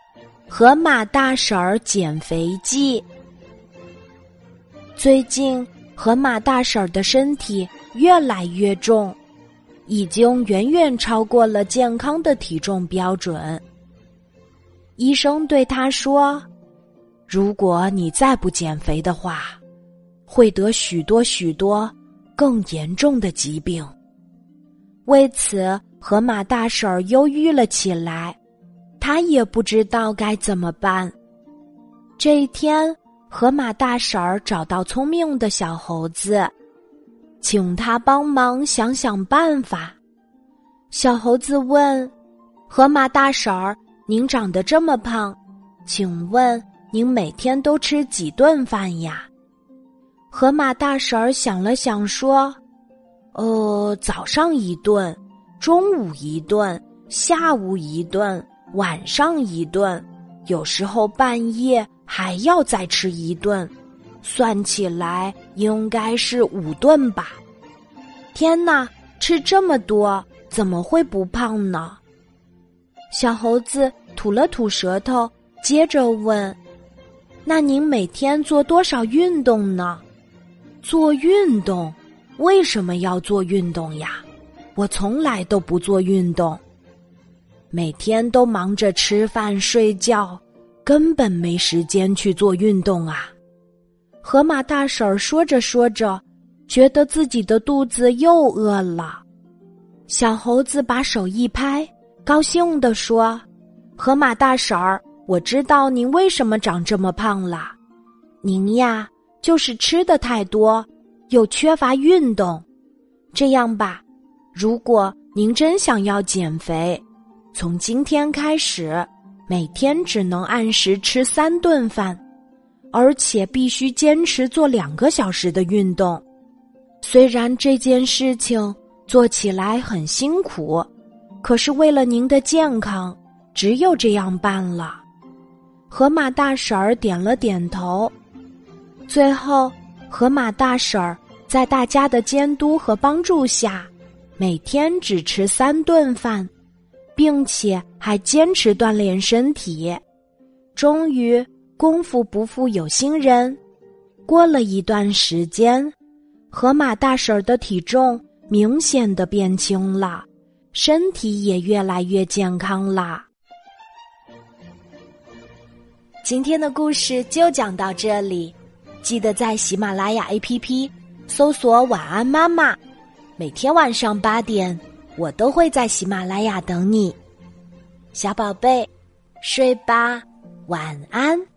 河马大婶儿减肥记。最近河马大婶儿的身体越来越重，已经远远超过了健康的体重标准。医生对她说，如果你再不减肥的话，会得许多更严重的疾病。为此，河马大婶儿忧郁了起来，她也不知道该怎么办。这一天，河马大婶儿找到聪明的小猴子，请他帮忙想想办法。小猴子问，河马大婶儿，您长得这么胖，请问您每天都吃几顿饭呀？河马大婶儿想了想说，早上一顿，中午一顿，下午一顿，晚上一顿，有时候半夜还要再吃一顿，算起来应该是5顿吧。天哪，吃这么多，怎么会不胖呢？小猴子吐了吐舌头，接着问，那您每天做多少运动呢？做运动？为什么要做运动呀？我从来都不做运动，每天都忙着吃饭睡觉，根本没时间去做运动啊。河马大婶儿说着说着，觉得自己的肚子又饿了。小猴子把手一拍，高兴地说，河马大婶儿，我知道您为什么长这么胖了，您呀，就是吃的太多，又缺乏运动。这样吧，如果您真想要减肥，从今天开始，每天只能按时吃3顿饭，而且必须坚持做2个小时的运动。虽然这件事情做起来很辛苦，可是为了您的健康，只有这样办了。河马大婶儿点了点头。最后，河马大婶儿在大家的监督和帮助下，每天只吃3顿饭，并且还坚持锻炼身体。终于，功夫不负有心人，过了一段时间，河马大婶儿的体重明显的变轻了，身体也越来越健康了。今天的故事就讲到这里，记得在喜马拉雅 APP 搜索晚安妈妈，每天晚上8点，我都会在喜马拉雅等你。小宝贝，睡吧，晚安。